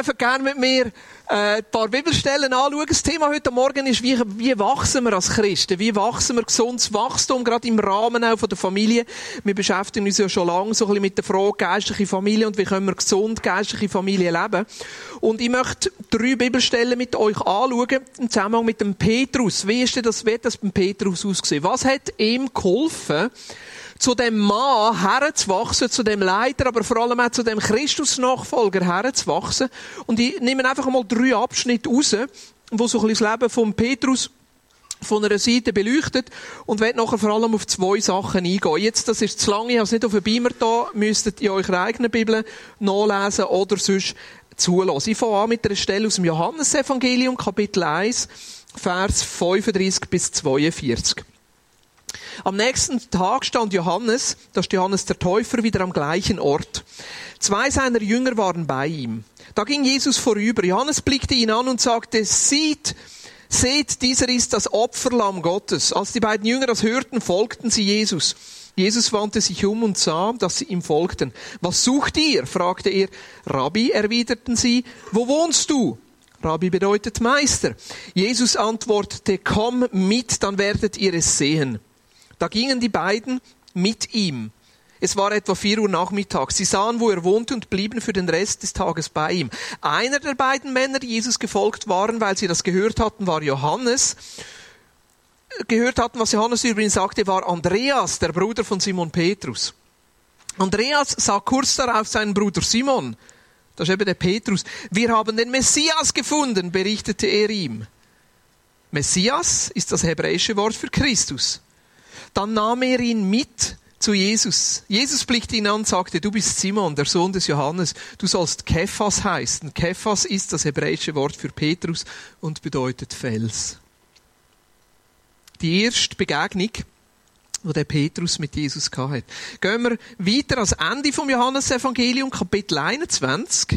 dürfen gerne mit mir ein paar Bibelstellen anschauen. Das Thema heute Morgen ist, wie wachsen wir als Christen? Wie wachsen wir gesundes Wachstum, gerade im Rahmen auch von der Familie? Wir beschäftigen uns ja schon lange so ein bisschen mit der Frage geistliche Familie und wie können wir gesund geistliche Familie leben. Und ich möchte 3 Bibelstellen mit euch anschauen, im Zusammenhang mit dem Petrus. Wie hat das beim Petrus ausgesehen? Was hat ihm geholfen, zu dem Mann herzuwachsen, zu dem Leiter, aber vor allem auch zu dem Christus-Nachfolger herzuwachsen? Und ich nehme einfach mal 3 Abschnitte raus, wo so ein bisschen das Leben von Petrus von einer Seite beleuchtet und werde nachher vor allem auf 2 Sachen eingehen. Jetzt, das ist zu lang, ich habe es nicht auf den Beamer da, müsstet ihr eurer eigenen Bibel nachlesen oder sonst zulassen. Ich fange an mit einer Stelle aus dem Johannesevangelium, Kapitel 1, Vers 35 bis 42. Am nächsten Tag stand Johannes, das ist Johannes der Täufer, wieder am gleichen Ort. 2 seiner Jünger waren bei ihm. Da ging Jesus vorüber. Johannes blickte ihn an und sagte, seht, dieser ist das Opferlamm Gottes. Als die beiden Jünger das hörten, folgten sie Jesus. Jesus wandte sich um und sah, dass sie ihm folgten. Was sucht ihr? Fragte er. Rabbi, erwiderten sie, wo wohnst du? Rabbi bedeutet Meister. Jesus antwortete, komm mit, dann werdet ihr es sehen. Da gingen die beiden mit ihm. Es war etwa 4 Uhr nachmittags. Sie sahen, wo er wohnte und blieben für den Rest des Tages bei ihm. Einer der beiden Männer, die Jesus gefolgt waren, weil sie das gehört hatten, war Johannes. Gehört hatten, was Johannes über ihn sagte, war Andreas, der Bruder von Simon Petrus. Andreas sah kurz darauf seinen Bruder Simon. Das ist eben der Petrus. Wir haben den Messias gefunden, berichtete er ihm. Messias ist das hebräische Wort für Christus. Dann nahm er ihn mit zu Jesus. Jesus blickte ihn an und sagte, du bist Simon, der Sohn des Johannes. Du sollst Kephas heißen. Kephas ist das hebräische Wort für Petrus und bedeutet Fels. Die erste Begegnung, die der Petrus mit Jesus hatte. Gehen wir weiter ans Ende vom Johannesevangelium, Kapitel 21.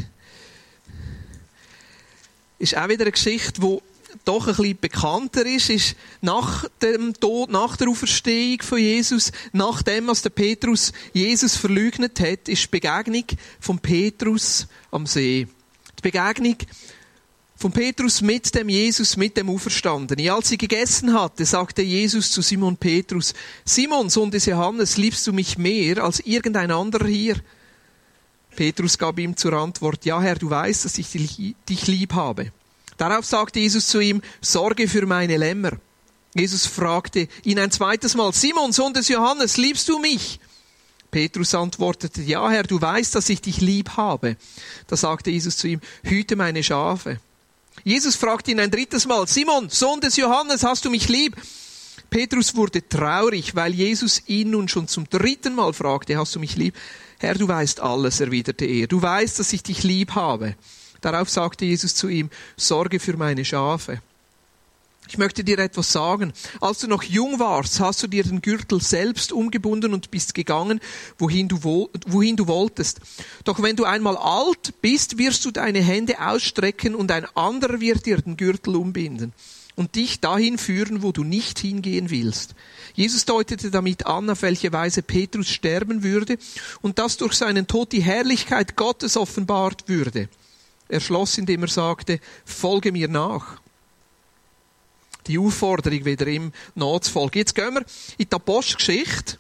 Ist auch wieder eine Geschichte, die doch ein bisschen bekannter ist nach dem Tod, nach der Auferstehung von Jesus, nachdem, was der Petrus Jesus verleugnet hat, ist die Begegnung von Petrus am See. Die Begegnung von Petrus mit dem Jesus, mit dem Auferstandenen. Als sie gegessen hatte, sagte Jesus zu Simon Petrus, Simon, Sohn des Johannes, liebst du mich mehr als irgendein anderer hier? Petrus gab ihm zur Antwort, ja Herr, du weißt, dass ich dich lieb habe. Darauf sagte Jesus zu ihm, sorge für meine Lämmer. Jesus fragte ihn ein zweites Mal, Simon, Sohn des Johannes, liebst du mich? Petrus antwortete, ja Herr, du weißt, dass ich dich lieb habe. Da sagte Jesus zu ihm, hüte meine Schafe. Jesus fragte ihn ein drittes Mal, Simon, Sohn des Johannes, hast du mich lieb? Petrus wurde traurig, weil Jesus ihn nun schon zum 3. Mal fragte, hast du mich lieb? Herr, du weißt alles, erwiderte er. Du weißt, dass ich dich lieb habe. Darauf sagte Jesus zu ihm, sorge für meine Schafe. Ich möchte dir etwas sagen. Als du noch jung warst, hast du dir den Gürtel selbst umgebunden und bist gegangen, wohin du wolltest. Doch wenn du einmal alt bist, wirst du deine Hände ausstrecken und ein anderer wird dir den Gürtel umbinden und dich dahin führen, wo du nicht hingehen willst. Jesus deutete damit an, auf welche Weise Petrus sterben würde und dass durch seinen Tod die Herrlichkeit Gottes offenbart würde. Er schloss, indem er sagte, folge mir nach. Die Aufforderung, wieder ihm nachzufolgen. Jetzt gehen wir in die Apostelgeschichte.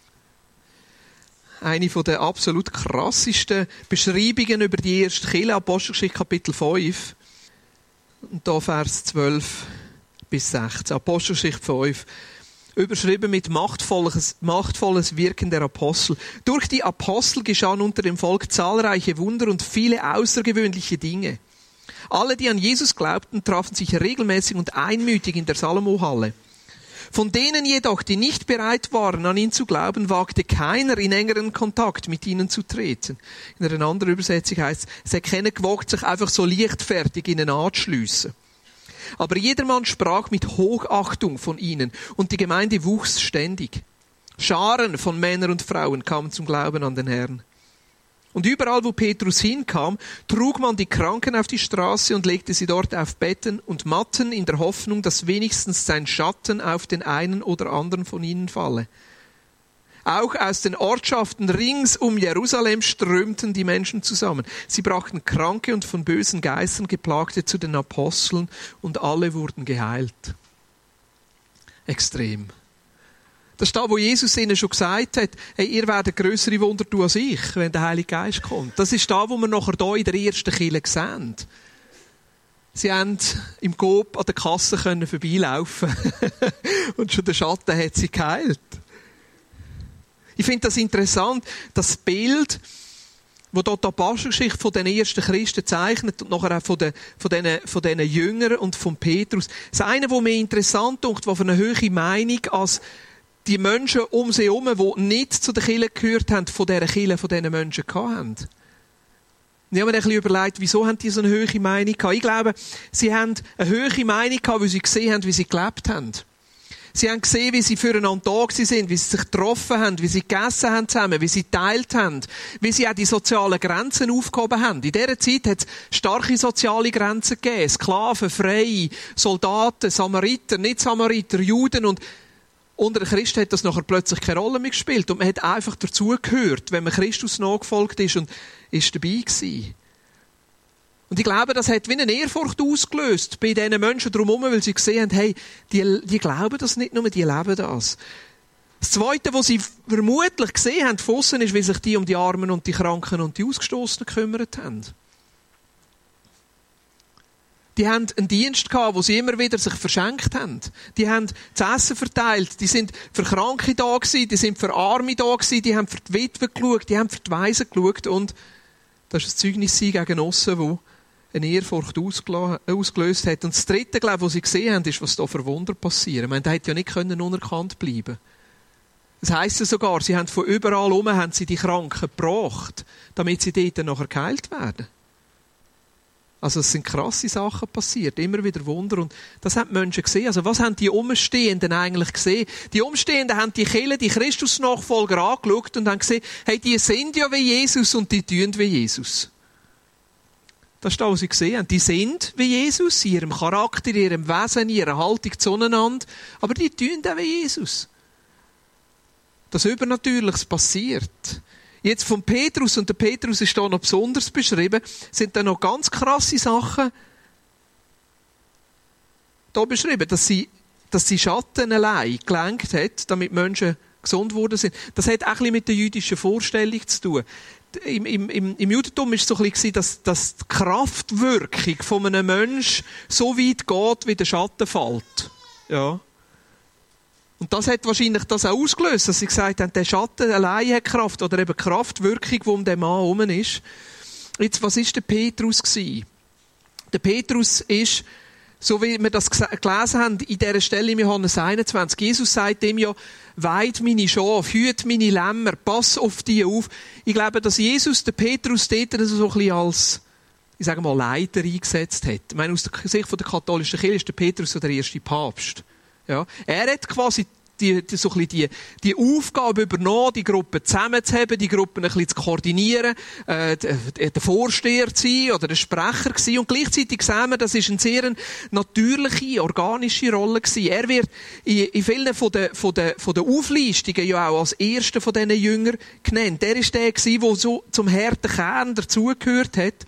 Eine der absolut krassesten Beschreibungen über die erste Kirche, Apostelgeschichte Kapitel 5. Und da Vers 12 bis 16. Apostelgeschichte 5. Überschrieben mit machtvolles Wirken der Apostel. Durch die Apostel geschahen unter dem Volk zahlreiche Wunder und viele außergewöhnliche Dinge. Alle, die an Jesus glaubten, trafen sich regelmäßig und einmütig in der Salomo-Halle. Von denen jedoch, die nicht bereit waren, an ihn zu glauben, wagte keiner in engeren Kontakt mit ihnen zu treten. In einer anderen Übersetzung heißt es, es hat keiner gewagt, sich einfach so leichtfertig ihnen anzuschliessen. Aber jedermann sprach mit Hochachtung von ihnen und die Gemeinde wuchs ständig. Scharen von Männern und Frauen kamen zum Glauben an den Herrn. Und überall, wo Petrus hinkam, trug man die Kranken auf die Straße und legte sie dort auf Betten und Matten in der Hoffnung, dass wenigstens sein Schatten auf den einen oder anderen von ihnen falle. Auch aus den Ortschaften rings um Jerusalem strömten die Menschen zusammen. Sie brachten Kranke und von bösen Geistern Geplagte zu den Aposteln und alle wurden geheilt. Extrem. Das ist da, wo Jesus ihnen schon gesagt hat, hey, ihr werdet grössere Wunder tun als ich, wenn der Heilige Geist kommt. Das ist da, wo wir nachher hier in der ersten Kirche sehen. Sie haben im Coop an der Kasse vorbeilaufen und schon der Schatten hat sie geheilt. Ich finde das interessant, das Bild, das dort die Apostelgeschichte von den ersten Christen zeichnet und nachher auch von diesen Jüngern und von Petrus. Das eine, was mir interessant ist, was für eine hohe Meinung als die Menschen um sie herum, die nicht zu der Kirche gehört haben, von dieser Kirche, von diesen Menschen hatten. Ich habe mir ein bisschen überlegt, wieso haben die so eine hohe Meinung gehabt? Ich glaube, sie haben eine hohe Meinung gehabt, weil sie gesehen haben, wie sie gelebt haben. Sie haben gesehen, wie sie füreinander da sind, wie sie sich getroffen haben, wie sie gegessen haben zusammen, wie sie geteilt haben, wie sie auch die sozialen Grenzen aufgehoben haben. In dieser Zeit hat es starke soziale Grenzen gegeben. Sklaven, Freie, Soldaten, Samariter, Nicht-Samariter, Juden und unter den Christen hat das nachher plötzlich keine Rolle mehr gespielt. Und man hat einfach dazugehört, wenn man Christus nachgefolgt ist und ist dabei gewesen. Und ich glaube, das hat wie eine Ehrfurcht ausgelöst bei diesen Menschen drumherum, weil sie gesehen haben, hey, die glauben das nicht nur, die leben das. Das Zweite, was sie vermutlich gesehen haben, von aussen, ist, wie sich die um die Armen und die Kranken und die Ausgestoßenen gekümmert haben. Die haben einen Dienst gehabt, wo sie immer wieder sich verschenkt haben. Die haben das Essen verteilt. Die sind für Kranke da gewesen, die sind für Arme da gewesen, die haben für die Witwe geschaut, die haben für die Waisen geschaut. Und das ist ein Zeugnis gegen aussen, wo eine Ehrfurcht ausgelöst hat. Und das Dritte, glaube ich, was sie gesehen haben, ist, was da für Wunder passieren. Ich meine, der hätte ja nicht unerkannt bleiben. Das heisst ja sogar, sie haben von überall herum haben sie die Kranken gebracht, damit sie dort nachher geheilt werden. Also es sind krasse Sachen passiert, immer wieder Wunder. Und das haben die Menschen gesehen. Also was haben die Umstehenden eigentlich gesehen? Die Umstehenden haben die Kirche, die Christus-Nachfolger angeschaut und haben gesehen, hey, die sind ja wie Jesus und die tun wie Jesus. Das ist das, was sie gesehen haben. Die sind wie Jesus, in ihrem Charakter, in ihrem Wesen, in ihrer Haltung zueinander. Aber die tun auch wie Jesus. Das Übernatürliches passiert. Jetzt von Petrus, und der Petrus ist da noch besonders beschrieben, sind da noch ganz krasse Sachen da beschrieben, dass sie Schatten allein gelenkt hat, damit Menschen gesund worden sind. Das hat auch ein bisschen mit der jüdischen Vorstellung zu tun. Im Judentum war es so ein bisschen, dass die Kraftwirkung von einem Menschen so weit geht, wie der Schatten fällt. Ja. Und das hat wahrscheinlich das auch ausgelöst, dass sie gesagt haben, der Schatten allein hat Kraft, oder eben Kraftwirkung, die um den Mann herum ist. Jetzt, was war der Petrus gewesen? Der Petrus ist, so wie wir das gelesen haben, in dieser Stelle im Johannes 21. Jesus sagt ihm ja, weid meine Schafe, hüt meine Lämmer, pass auf die auf. Ich glaube, dass Jesus den Petrus dort so ein bisschen als, ich sage mal, Leiter eingesetzt hat. Ich meine, aus der Sicht der katholischen Kirche ist der Petrus so der erste Papst. Ja, er hat quasi die Aufgabe übernommen, die Gruppe zusammenzuheben, die Gruppen ein bisschen zu koordinieren, der Vorsteher zu sein oder der Sprecher zu sein. Und gleichzeitig sehen wir, das ist eine sehr natürliche, organische Rolle gewesen. Er wird in vielen von den Auflistungen ja auch als erster von diesen Jüngern genannt. Er ist der gewesen, der so zum harten Kern dazugehört hat.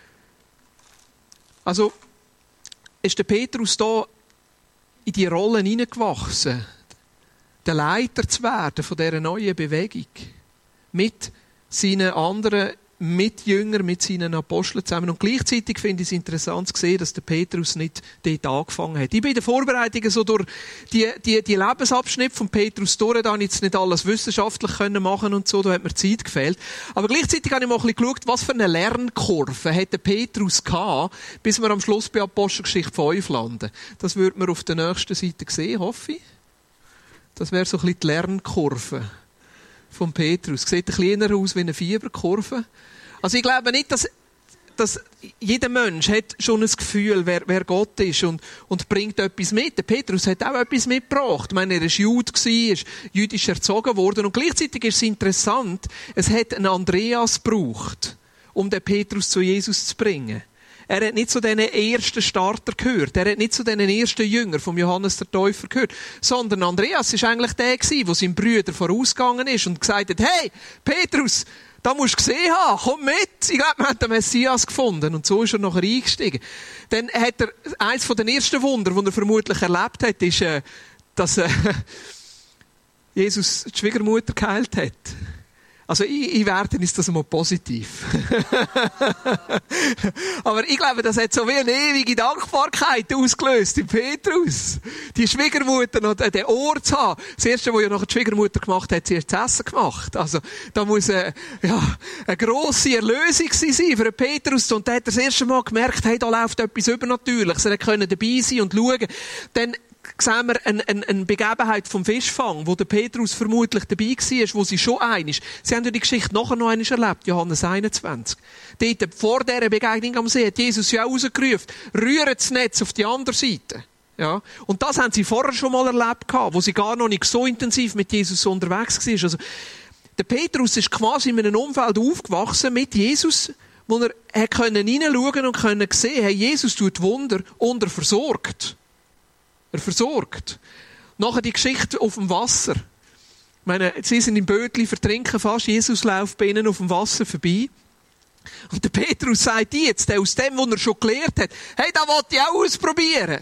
Also, ist der Petrus da in die Rollen hineingewachsen, der Leiter zu werden von dieser neuen Bewegung. Mit seinen anderen Mitjüngern, mit seinen Aposteln zusammen. Und gleichzeitig finde ich es interessant zu sehen, dass der Petrus nicht dort angefangen hat. Ich bin in der Vorbereitung so durch die Lebensabschnitte von Petrus durch, da habe ich jetzt nicht alles wissenschaftlich machen und so, da hat mir Zeit gefehlt. Aber gleichzeitig habe ich mal ein bisschen geschaut, was für eine Lernkurve hat der Petrus gehabt, bis wir am Schluss bei Apostelgeschichte 5 landen. Das würde man auf der nächsten Seite sehen, hoffe ich. Das wäre so ein bisschen die Lernkurve von Petrus. Sieht ein bisschen kleiner aus wie eine Fieberkurve. Also ich glaube nicht, dass jeder Mensch hat schon ein Gefühl, wer Gott ist und bringt etwas mit. Der Petrus hat auch etwas mitgebracht. Ich meine, er war Jude, ist jüdisch erzogen worden und gleichzeitig ist es interessant, es hat einen Andreas gebraucht, um den Petrus zu Jesus zu bringen. Er hat nicht zu diesen ersten Starter gehört. Er hat nicht zu diesen ersten Jüngern vom Johannes der Täufer gehört. Sondern Andreas war eigentlich der gewesen, der seinem Bruder vorausgegangen ist und gesagt hat, hey, Petrus, da musst du gesehen haben, komm mit. Ich glaube, wir haben den Messias gefunden. Und so ist er nachher eingestiegen. Dann hat er, eines von den ersten Wunder, die er vermutlich erlebt hat, ist, dass Jesus die Schwiegermutter geheilt hat. Also ich werte ist das mal positiv. Aber ich glaube, das hat so wie eine ewige Dankbarkeit ausgelöst in Petrus. Die Schwiegermutter noch den Ohr zu haben. Das Erste, was ja nachher die Schwiegermutter gemacht hat, sie hat das Essen gemacht. Also da muss eine grosse Erlösung sein für Petrus. Und da hat er das erste Mal gemerkt, hey, da läuft etwas Übernatürliches. Er konnte dabei sein und schauen. Dann sehen wir eine Begebenheit vom Fischfang, wo der Petrus vermutlich dabei war, wo sie schon einig. Sie haben ja die Geschichte nachher noch einmal erlebt, Johannes 21. Dort, vor dieser Begegnung am See, hat Jesus ja auch rausgerufen, rührt das Netz auf die andere Seite. Ja. Und das haben sie vorher schon mal erlebt, wo sie gar noch nicht so intensiv mit Jesus unterwegs waren. Also, der Petrus ist quasi in einem Umfeld aufgewachsen mit Jesus, wo er hineinschauen und sehen konnte, hey, Jesus tut Wunder und er versorgt. Er versorgt. Nachher die Geschichte auf dem Wasser. Ich meine, sie sind im Bötli, vertrinken fast. Jesus läuft bei ihnen auf dem Wasser vorbei. Und der Petrus sagt jetzt, aus dem, was er schon gelehrt hat, hey, da wollte ich auch ausprobieren.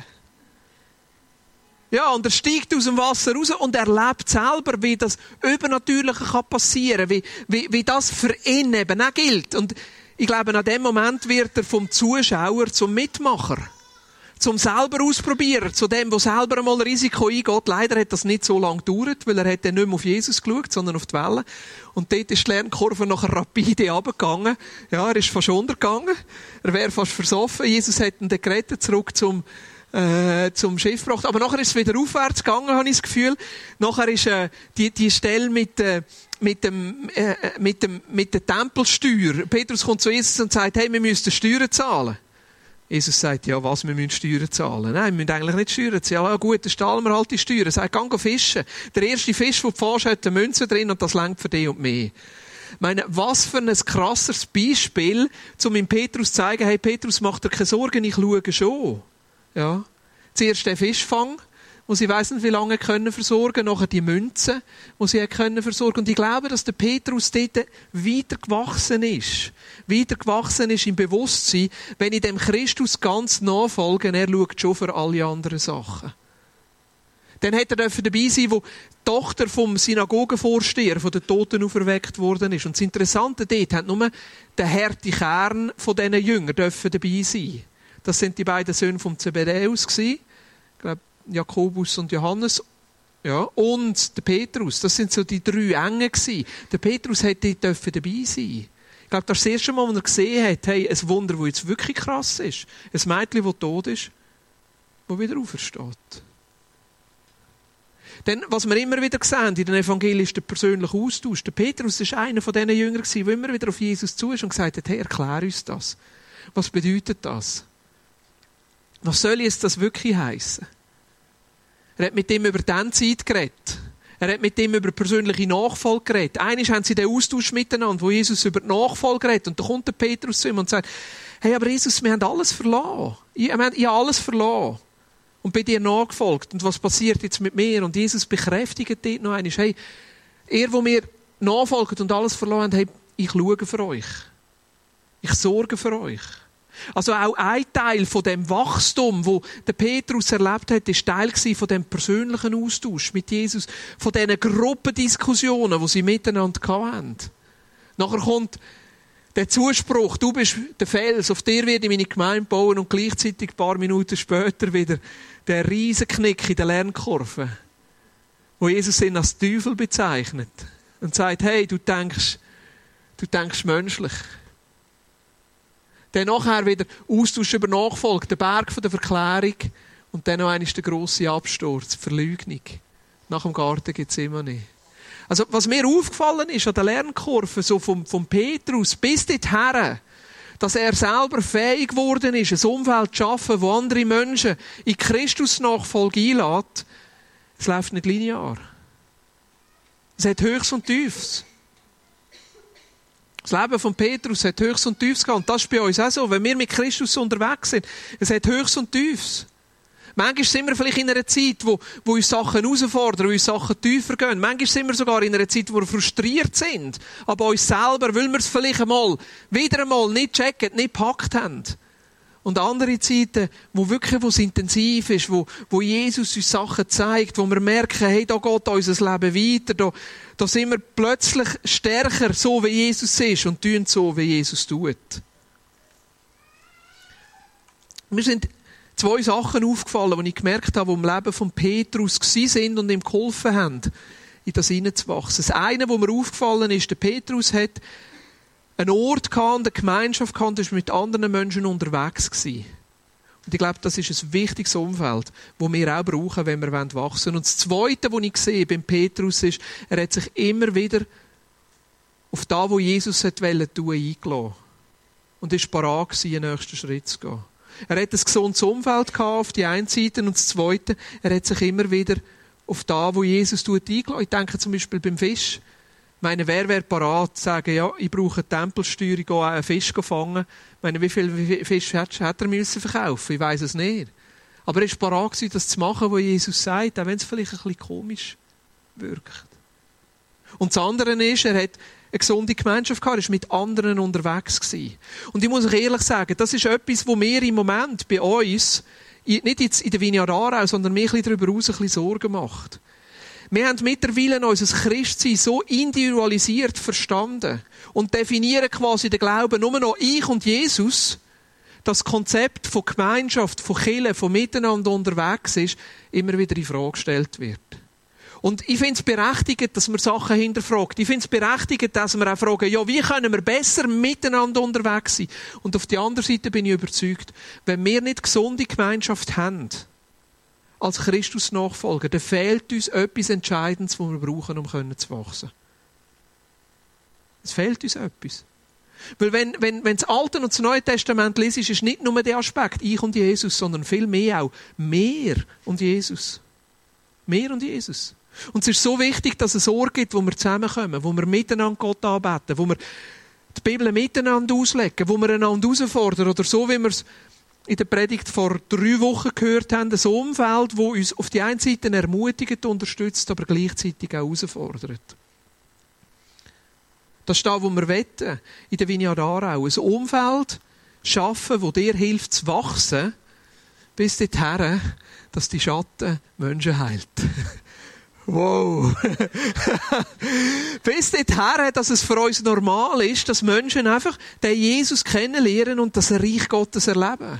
Ja, und er steigt aus dem Wasser raus und erlebt selber, wie das Übernatürliche passieren kann, wie das für ihn eben auch gilt. Und ich glaube, an dem Moment wird er vom Zuschauer zum Mitmacher. Zum selber ausprobieren, zu dem, der selber einmal Risiko eingeht. Leider hat das nicht so lange gedauert, weil er hat dann nicht mehr auf Jesus geschaut, sondern auf die Wellen. Und dort ist die Lernkurve nachher rapide runtergegangen. Ja, er ist fast untergegangen. Er wäre fast versoffen. Jesus hat ihn dann gerettet, zurück zum Schiff gebracht. Aber nachher ist es wieder aufwärts gegangen, habe ich das Gefühl. Nachher ist die Stelle mit der Tempelsteuer. Petrus kommt zu Jesus und sagt, hey, wir müssen Steuern zahlen. Jesus sagt, ja, was, wir müssen Steuern zahlen. Nein, wir müssen eigentlich nicht Steuern zahlen. Ja, gut, dann zahlen wir halt die Steuern. Er sagt, geh fischen. Der erste Fisch, den du fährst, hat eine Münze drin und das reicht für dich und mich. Ich meine, was für ein krasses Beispiel, um ihm Petrus zu zeigen, hey, Petrus, mach dir keine Sorgen, ich schaue schon. Ja. Zuerst den Fischfang, wo sie weiss nicht, wie lange können versorgen, nachher die Münzen, wo sie können versorgen. Und ich glaube, dass der Petrus dort weiter gewachsen ist im Bewusstsein, wenn ich dem Christus ganz nachfolge, er schaut schon für alle anderen Sachen. Dann hat er dabei sein, wo die Tochter vom Synagogenvorsteher von den Toten auferweckt worden ist. Und das Interessante dort hat nur der harte Kern von diesen Jüngern dabei sein. Das sind die beiden Söhne vom Zebedäus gewesen. Ich glaube, Jakobus und Johannes, ja, und der Petrus. Das sind so die drei Engen gewesen. Der Petrus hätte dabei sein. Ich glaube, das erste Mal, als er gesehen hat, hey, ein Wunder, das jetzt wirklich krass ist. Ein Mädchen, das tot ist, das wieder aufersteht. Denn, was wir immer wieder sehen in den Evangelien, ist der persönliche Austausch. Der Petrus war einer von diesen Jüngern, der immer wieder auf Jesus zu ist und gesagt hat, hey, erklär uns das. Was bedeutet das? Was soll jetzt das wirklich heissen? Er hat mit ihm über die Zeit geredet. Er hat mit ihm über persönliche Nachfolge geredet. Einmal haben sie den Austausch miteinander, wo Jesus über die Nachfolge redet. Und da kommt der Petrus zu ihm und sagt, hey, aber Jesus, wir haben alles verloren. Ich habe alles verloren. Und bin dir nachgefolgt. Und was passiert jetzt mit mir? Und Jesus bekräftigt dort noch einmal, hey, ihr, wo mir nachfolgt und alles verloren habt, hey, ich schaue für euch. Ich sorge für euch. Also auch ein Teil von dem Wachstum, wo der Petrus erlebt hat, ist Teil von dem persönlichen Austausch mit Jesus, von diesen Gruppendiskussionen, die sie miteinander hatten. Nachher kommt der Zuspruch, du bist der Fels, auf dir werde ich meine Gemeinde bauen, und gleichzeitig ein paar Minuten später wieder der Riesenknick in der Lernkurve, wo Jesus ihn als Teufel bezeichnet und sagt, hey, du denkst menschlich. Dann nachher wieder Austausch über Nachfolge, der Berg von der Verklärung und dann noch einmal der grosse Absturz, Verleugnung. Nach dem Garten gibt es immer nicht. Also, was mir aufgefallen ist an der Lernkurve, so vom Petrus bis dorthin, dass er selber fähig geworden ist, ein Umfeld zu schaffen, wo andere Menschen in Christus-Nachfolge einlädt, es läuft nicht linear. Es hat Höchst und Tiefs. Das Leben von Petrus hat Höchst und Tiefs gehabt. Und das ist bei uns auch so. Wenn wir mit Christus unterwegs sind, es hat Höchst und Tiefs. Manchmal sind wir vielleicht in einer Zeit, wo uns Sachen herausfordern, wo uns Sachen tiefer gehen. Manchmal sind wir sogar in einer Zeit, wo wir frustriert sind. Aber uns selber, weil wir es vielleicht wieder einmal nicht checken, nicht gepackt haben. Und andere Zeiten, wo es intensiv ist, wo Jesus uns Sachen zeigt, wo wir merken, hey, da geht unser Leben weiter, da sind wir plötzlich stärker, so wie Jesus ist, und tun so, wie Jesus tut. Mir sind 2 Sachen aufgefallen, die ich gemerkt habe, die im Leben von Petrus waren und ihm geholfen haben, in das hineinzuwachsen. Das eine, was mir aufgefallen ist, der Petrus hat einen Ort gehabt, eine Gemeinschaft gehabt, der war mit anderen Menschen unterwegs gewesen. Und ich glaube, das ist ein wichtiges Umfeld, das wir auch brauchen, wenn wir wachsen wollen. Und das Zweite, was ich sehe beim Petrus, ist, er hat sich immer wieder auf das, was Jesus tun wollte, eingelassen. Und ist bereit gewesen, den nächsten Schritt zu gehen. Er hat ein gesundes Umfeld gehabt, auf die einen Seite, und das Zweite, er hat sich immer wieder auf das, was Jesus eingelassen. Ich denke zum Beispiel beim Fisch. Ich meine, wer wäre parat zu sagen, ja, ich brauche eine Tempelsteuer, ich gehe einen Fisch fangen. Ich meine, wie viel Fisch hat er müssen verkaufen? Ich weiss es nicht. Aber er war parat, das zu machen, was Jesus sagt, auch wenn es vielleicht ein bisschen komisch wirkt. Und das andere ist, er hat eine gesunde Gemeinschaft gehabt, er war mit anderen unterwegs gewesen. Und ich muss euch ehrlich sagen, das ist etwas, wo mir im Moment bei uns, nicht jetzt in der Vineyard Aarau, sondern mir darüber hinaus ein bisschen Sorgen macht. Wir haben mittlerweile unser Christsein so individualisiert verstanden und definieren quasi den Glauben nur noch ich und Jesus. Das Konzept von Gemeinschaft, von Kirche, von Miteinander unterwegs ist, immer wieder in Frage gestellt wird. Und ich finde es berechtigt, dass man Sachen hinterfragt. Ich finde es berechtigt, dass wir auch fragen, ja, wie können wir besser miteinander unterwegs sein? Und auf der anderen Seite bin ich überzeugt, wenn wir nicht gesunde Gemeinschaft haben, als Christus-Nachfolger, dann fehlt uns etwas Entscheidendes, was wir brauchen, um zu wachsen. Es fehlt uns etwas. Weil wenn das Alte und das Neue Testament liest, ist nicht nur der Aspekt, ich und Jesus, sondern viel mehr auch, mehr und Jesus. Mehr und Jesus. Und es ist so wichtig, dass es Orte gibt, wo wir zusammenkommen, wo wir miteinander Gott anbeten, wo wir die Bibel miteinander auslegen, wo wir einander herausfordern, oder so, wie wir es in der Predigt vor 3 Wochen gehört haben, ein Umfeld, das uns auf die einen Seite ermutigt, unterstützt, aber gleichzeitig auch herausfordert. Das ist das, was wir wollen, in der Vineyard Aarau. Ein Umfeld schaffen, das dir hilft zu wachsen, bis dorthin, dass die Schatten Menschen heilt. Wow! Bis dorthin, dass es für uns normal ist, dass Menschen einfach den Jesus kennenlernen und das Reich Gottes erleben.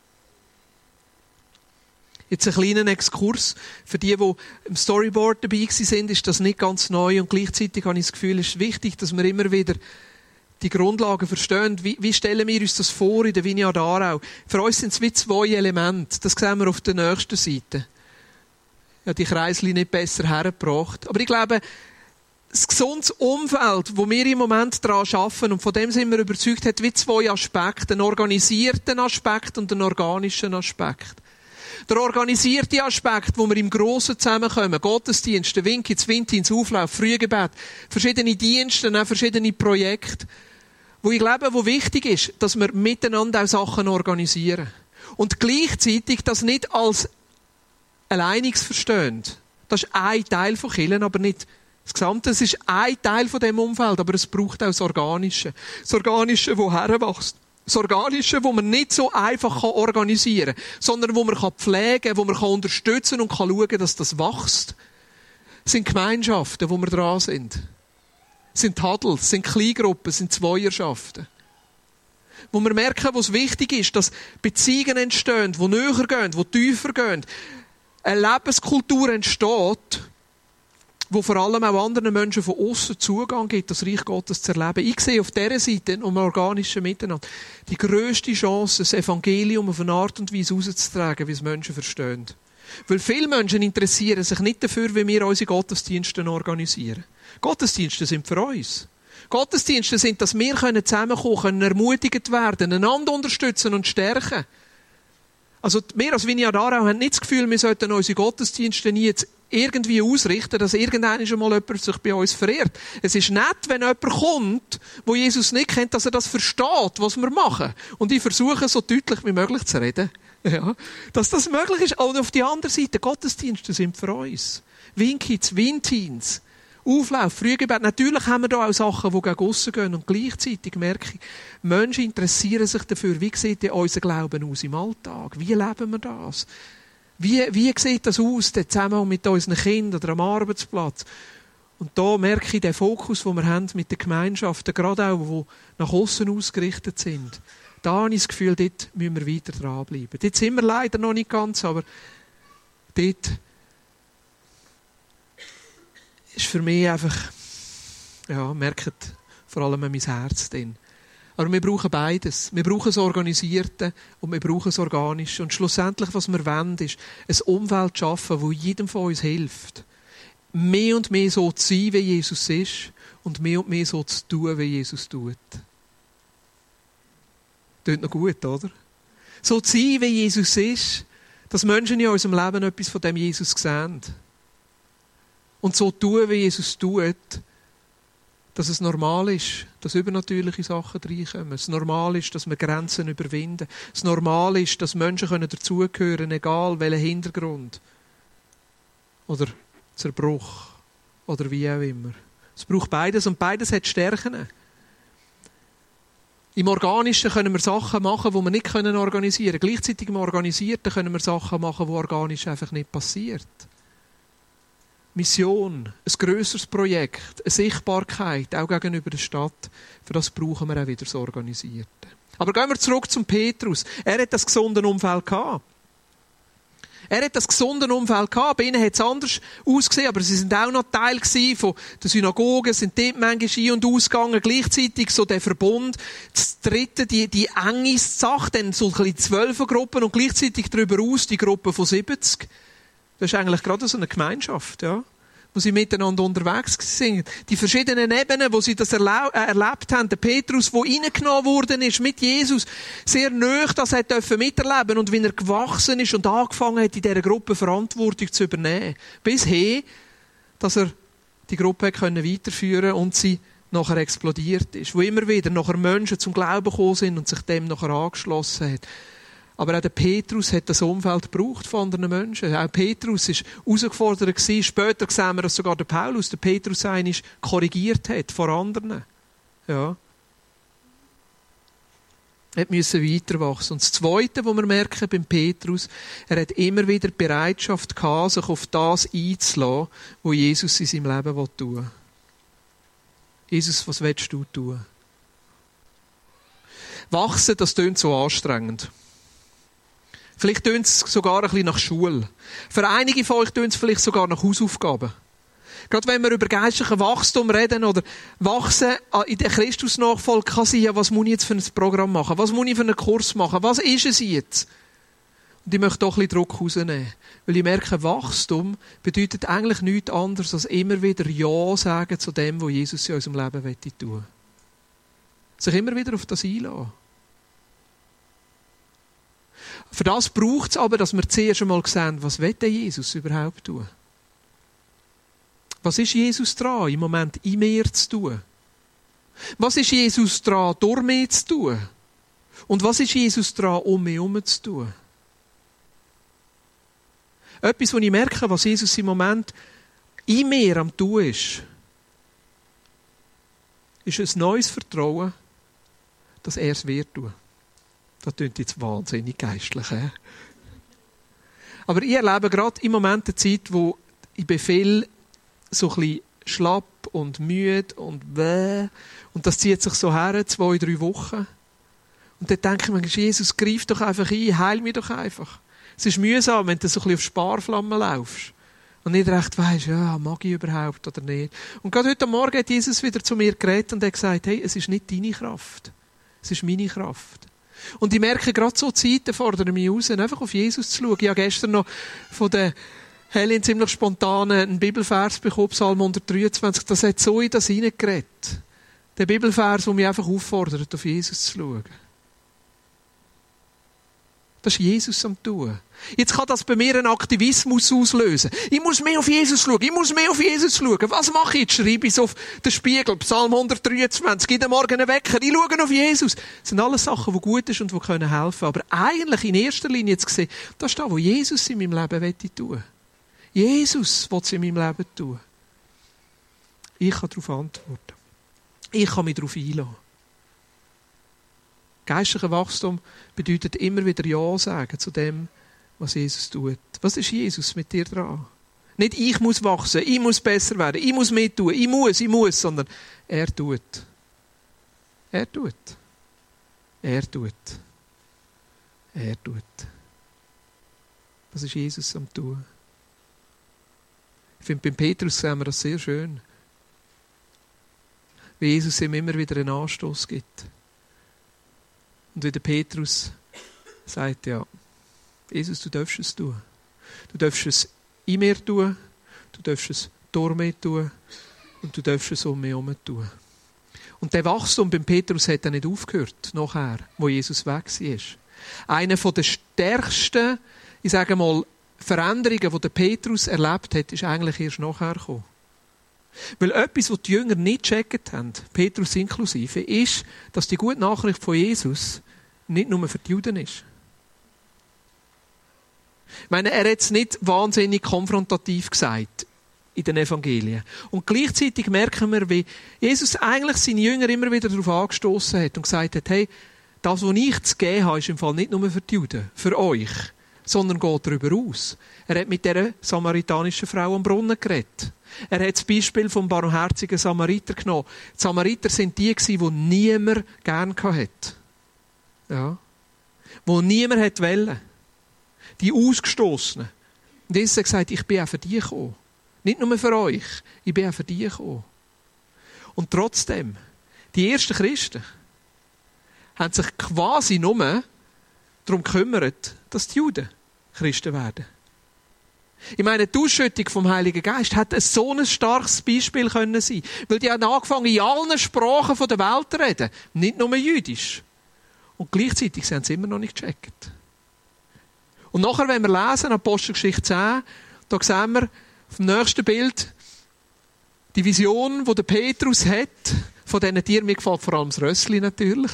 Jetzt ein kleiner Exkurs. Für die im Storyboard dabei sind, ist das nicht ganz neu. Und gleichzeitig habe ich das Gefühl, es ist wichtig, dass wir immer wieder die Grundlagen verstehen. Wie stellen wir uns das vor in der Vineyard Aarau? Für uns sind es wie 2 Elemente. Das sehen wir auf der nächsten Seite. Ja, die Kreisli nicht besser hergebracht. Aber ich glaube, das gesunde Umfeld, wo wir im Moment daran arbeiten, und von dem sind wir überzeugt, hat wie 2 Aspekte. Einen organisierten Aspekt und einen organischen Aspekt. Der organisierte Aspekt, wo wir im Grossen zusammenkommen, Gottesdienste, Winkins, Wintins, Auflauf, Frühgebet, verschiedene Dienste, auch verschiedene Projekte, wo ich glaube, wo wichtig ist, dass wir miteinander auch Sachen organisieren. Und gleichzeitig das nicht als alleiniges verstehen. Das ist ein Teil von Kirchen, aber nicht das Gesamte. Es ist ein Teil von dem Umfeld, aber es braucht auch das Organische. Das Organische, das herwächst. Das Organische, das man nicht so einfach organisieren kann, sondern das man pflegen kann, das man unterstützen und schauen kann, dass das wächst. Es sind Gemeinschaften, wo wir dran sind. Es sind Huddles, es sind Kleingruppen, es sind Zweierschaften. Wo wir merken, wo es wichtig ist, dass Beziehungen entstehen, die näher gehen, die tiefer gehen. Eine Lebenskultur entsteht, wo vor allem auch anderen Menschen von außen Zugang gibt, das Reich Gottes zu erleben. Ich sehe auf dieser Seite, um organischen Miteinander, die grösste Chance, das Evangelium auf eine Art und Weise rauszutragen, wie es Menschen verstehen. Weil viele Menschen interessieren sich nicht dafür, wie wir unsere Gottesdienste organisieren. Gottesdienste sind für uns. Gottesdienste sind, dass wir zusammenkommen können, ermutigt werden, einander unterstützen und stärken. Also wir als Vineyard Aarau haben nicht das Gefühl, wir sollten unsere Gottesdienste nie jetzt irgendwie ausrichten, dass irgendwann schon mal jemand sich bei uns verehrt. Es ist nett, wenn jemand kommt, wo Jesus nicht kennt, dass er das versteht, was wir machen. Und ich versuche, so deutlich wie möglich zu reden. Ja, dass das möglich ist. Und auf die andere Seite, Gottesdienste sind für uns. Winkids, Windteens, Auflauf, Frühgebet. Natürlich haben wir da auch Sachen, die gegen aussen gehen. Und gleichzeitig merke ich, Menschen interessieren sich dafür, wie sieht denn unser Glauben aus im Alltag? Wie leben wir das? Wie sieht das aus, der Zusammenhang mit unseren Kindern oder am Arbeitsplatz? Und da merke ich den Fokus, den wir haben mit den Gemeinschaften, gerade auch, die nach aussen ausgerichtet sind. Da habe ich das Gefühl, dort müssen wir weiter dranbleiben. Dort sind wir leider noch nicht ganz, aber dort ist für mich einfach, ja, merkt vor allem mein Herz drin. Aber wir brauchen beides. Wir brauchen das Organisierte und wir brauchen das Organische. Und schlussendlich, was wir wollen, ist ein Umfeld zu schaffen, das jedem von uns hilft. Mehr und mehr so zu sein, wie Jesus ist und mehr so zu tun, wie Jesus tut. Klingt noch gut, oder? So zu sein, wie Jesus ist, dass Menschen in unserem Leben etwas von dem Jesus sehen. Und so tun, wie Jesus tut, dass es normal ist, dass übernatürliche Sachen reinkommen. Es normal ist, dass wir Grenzen überwinden. Es normal ist, dass Menschen dazugehören können, egal welchen Hintergrund. Oder Zerbruch. Oder wie auch immer. Es braucht beides und beides hat Stärken. Im Organischen können wir Sachen machen, die wir nicht organisieren können. Gleichzeitig im Organisierten können wir Sachen machen, die organisch einfach nicht passiert. Mission, ein grösseres Projekt, eine Sichtbarkeit, auch gegenüber der Stadt. Für das brauchen wir auch wieder das Organisierte. Aber gehen wir zurück zum Petrus. Er hat das gesunde Umfeld gehabt. Er hat das gesunde Umfeld gehabt. Bei ihnen hat es anders ausgesehen, aber sie sind auch noch Teil von der Synagoge, sind dort manchmal ein- und ausgegangen. Gleichzeitig so der Verbund, das dritte, die enge Sache, dann so ein bisschen 12 Gruppen und gleichzeitig darüber aus die Gruppe von 70. Das ist eigentlich gerade so eine Gemeinschaft, ja, wo sie miteinander unterwegs sind. Die verschiedenen Ebenen, wo sie das erlebt haben. Der Petrus, der reingenommen worden ist mit Jesus, sehr nahe das hat miterleben und wie er gewachsen ist und angefangen hat, in dieser Gruppe Verantwortung zu übernehmen. Bis hin, dass er die Gruppe weiterführen konnte und sie nachher explodiert ist. Wo immer wieder nachher Menschen zum Glauben gekommen sind und sich dem nachher angeschlossen hat. Aber auch der Petrus hat das Umfeld gebraucht von anderen Menschen. Auch Petrus war herausgefordert gewesen. Später sehen wir, dass sogar der Paulus, der Petrus einmal korrigiert hat vor anderen. Ja. Er musste weiter wachsen. Und das Zweite, was wir merken beim Petrus, er hat immer wieder die Bereitschaft gehabt, sich auf das einzulassen, was Jesus in seinem Leben tun will. Jesus, was willst du tun? Wachsen, das klingt so anstrengend. Vielleicht tönt es sogar ein bisschen nach Schule. Für einige von euch tönt es vielleicht sogar nach Hausaufgaben. Gerade wenn wir über geistlichen Wachstum reden oder Wachsen in der Christusnachfolge, kann sein, ja, was muss ich jetzt für ein Programm machen? Was muss ich für einen Kurs machen? Was ist es jetzt? Und ich möchte doch ein bisschen Druck rausnehmen. Weil ich merke, Wachstum bedeutet eigentlich nichts anderes, als immer wieder Ja sagen zu dem, was Jesus in unserem Leben tun will. Sich immer wieder auf das einlassen. Für das braucht es aber, dass wir zuerst einmal sehen, was will denn Jesus überhaupt tun? Was ist Jesus dran, im Moment in mir zu tun? Was ist Jesus dran, durch mich zu tun? Und was ist Jesus dran, um mich herum zu tun? Etwas, was ich merke, was Jesus im Moment in mir am tun ist ein neues Vertrauen, dass er es wird tun. Das klingt jetzt wahnsinnig geistlich. Aber ich erlebe gerade im Moment eine Zeit, wo ich Befehl so ein bisschen schlapp und müde und weh. Und das zieht sich so her, 2-3 Wochen. Und dann denke ich mir, Jesus, greif doch einfach ein, heil mich doch einfach. Es ist mühsam, wenn du so ein bisschen auf Sparflammen laufst. Und nicht recht weisst, ja, mag ich überhaupt oder nicht. Und gerade heute Morgen hat Jesus wieder zu mir geredet und hat gesagt, hey, es ist nicht deine Kraft. Es ist meine Kraft. Und ich merke, gerade so Zeiten fordern mich raus, einfach auf Jesus zu schauen. Ich habe gestern noch von der Helen ziemlich spontan einen Bibelvers bekommen, Psalm 123. Das hat so in das hineingeredet. Der Bibelvers, der mich einfach auffordert, auf Jesus zu schauen. Das ist Jesus am Tun. Jetzt kann das bei mir einen Aktivismus auslösen. Ich muss mehr auf Jesus schauen. Was mache ich jetzt? Schreibe ich es auf den Spiegel, Psalm 123, gib am Morgen einen Wecker. Ich schaue auf Jesus. Das sind alles Sachen, die gut sind und die helfen können. Aber eigentlich in erster Linie jetzt gesehen, das ist das, was Jesus in meinem Leben tun will. Jesus will es in meinem Leben tun. Ich kann darauf antworten. Ich kann mich darauf einlassen. Geistlicher Wachstum bedeutet immer wieder Ja sagen zu dem, was Jesus tut. Was ist Jesus mit dir dran? Nicht ich muss wachsen, ich muss besser werden, ich muss mehr tun, ich muss, sondern er tut. Er tut. Er tut. Er tut. Das ist Jesus am Tun. Ich finde, beim Petrus sehen wir das sehr schön. Wie Jesus ihm immer wieder einen Anstoß gibt. Und wie der Petrus sagt, ja, Jesus, du darfst es tun. Du darfst es in mir tun, du darfst es durch mich tun und du darfst es um mich herum tun. Und der Wachstum beim Petrus hat dann nicht aufgehört, nachher, wo Jesus weg war. Eine der stärksten, ich sage mal, Veränderungen, die der Petrus erlebt hat, ist eigentlich erst nachher gekommen. Weil etwas, was die Jünger nicht gecheckt haben, Petrus inklusive, ist, dass die gute Nachricht von Jesus nicht nur für die Juden ist. Ich meine, er hat es nicht wahnsinnig konfrontativ gesagt in den Evangelien. Und gleichzeitig merken wir, wie Jesus eigentlich seine Jünger immer wieder darauf angestoßen hat und gesagt hat, hey, das, was ich zu geben habe, ist im Fall nicht nur für die Juden, für euch, sondern geht darüber aus. Er hat mit dieser samaritanischen Frau am Brunnen geredet. Er hat das Beispiel vom barmherzigen Samariter genommen. Die Samariter waren die, die niemand gerne hatte. Ja. Wo niemand wollte. Die Ausgestossenen. Und Jesus hat gesagt, ich bin auch für die gekommen. Nicht nur für euch, ich bin auch für die gekommen. Und trotzdem, die ersten Christen haben sich quasi nur darum gekümmert, dass die Juden Christen werden. Ich meine, die Ausschüttung vom Heiligen Geist hat so ein starkes Beispiel können sein, weil die haben angefangen, in allen Sprachen der Welt zu reden, nicht nur Jüdisch. Und gleichzeitig haben sie immer noch nicht gecheckt. Und nachher, wenn wir lesen, Apostelgeschichte 10, da sehen wir auf dem nächsten Bild die Vision, die der Petrus hat, von diesen Tieren. Mir gefällt vor allem das Rössli natürlich.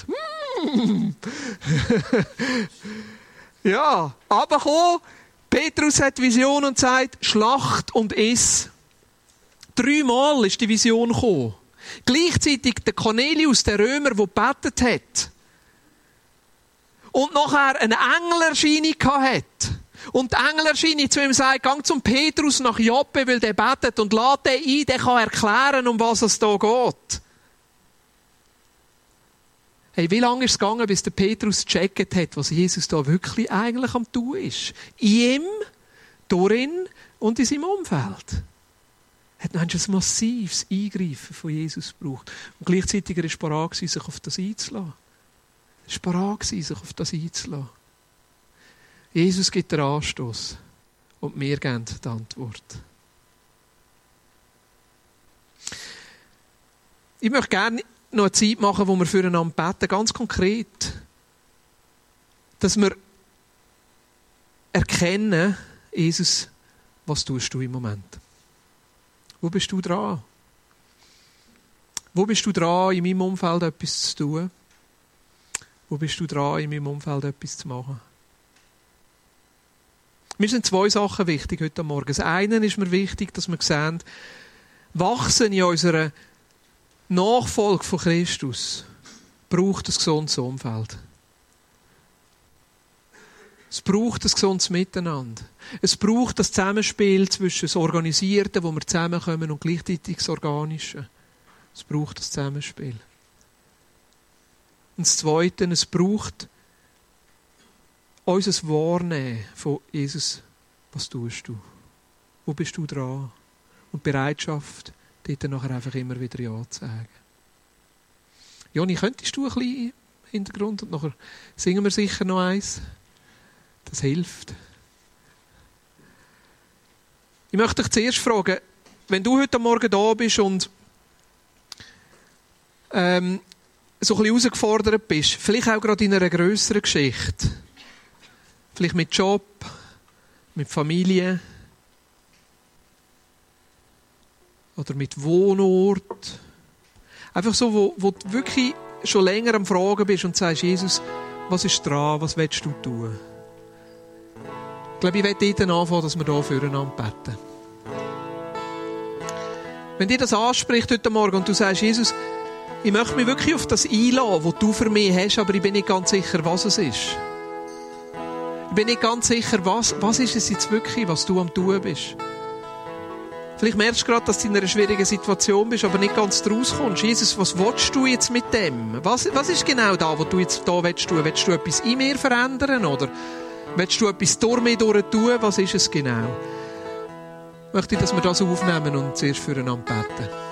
Ja, aber komm, Petrus hat die Vision und sagt, Schlacht und iss. 3-mal ist die Vision gekommen. Gleichzeitig der Cornelius, der Römer, der gebetet hat. Und nachher eine Engelerscheinung hat. Und die Engelerscheinung zu ihm sagt, geh zum Petrus nach Joppe, weil der betet und lad den ein, der kann erklären, um was es hier geht. Hey, wie lange ist es gegangen, bis der Petrus gecheckt hat, was Jesus da wirklich eigentlich am tun ist? In ihm, durch ihn und in seinem Umfeld. Hat ein massives Eingreifen von Jesus gebraucht. Und gleichzeitig war er bereit, sich auf das einzulassen. Er war bereit, sich auf das einzulassen. Jesus gibt den Anstoß und wir geben die Antwort. Ich möchte gerne noch eine Zeit machen, wo wir füreinander beten, ganz konkret. Dass wir erkennen, Jesus, was tust du im Moment? Wo bist du dran? Wo bist du dran, in meinem Umfeld etwas zu tun? Wo bist du dran, in meinem Umfeld etwas zu machen? Mir sind 2 Sachen wichtig heute Morgen. Das eine ist mir wichtig, dass wir sehen, wachsen in unserer Nachfolge von Christus braucht ein gesundes Umfeld. Es braucht ein gesundes Miteinander. Es braucht das Zusammenspiel zwischen das Organisierten, wo wir zusammenkommen, und gleichzeitig das Organische. Es braucht das Zusammenspiel. Und das Zweite, es braucht unser Wahrnehmen von Jesus. Was tust du? Wo bist du dran? Und Bereitschaft, dort nachher einfach immer wieder Ja zu sagen. Joni, könntest du ein bisschen im Hintergrund und nachher singen wir sicher noch eins? Das hilft. Ich möchte dich zuerst fragen, wenn du heute Morgen da bist und so ein bisschen herausgefordert bist, vielleicht auch gerade in einer grösseren Geschichte, Vielleicht mit Job, mit Familie oder mit Wohnort. Einfach so, wo du wirklich schon länger am Fragen bist und sagst, Jesus, was ist dran, was willst du tun? Ich glaube, ich werde dort anfangen, dass wir hier füreinander beten. Wenn dir das anspricht heute Morgen und du sagst, Jesus, ich möchte mich wirklich auf das einlassen, was du für mich hast, aber ich bin nicht ganz sicher, was es ist. Ich bin nicht ganz sicher, was ist es jetzt wirklich, was du am Tun bist. Vielleicht merkst du gerade, dass du in einer schwierigen Situation bist, aber nicht ganz daraus kommst. Jesus, was willst du jetzt mit dem? Was ist genau da, was du jetzt da willst tun? Willst du etwas in mir verändern oder willst du etwas durch mich tun? Was ist es genau? Ich möchte, dass wir das aufnehmen und zuerst füreinander beten.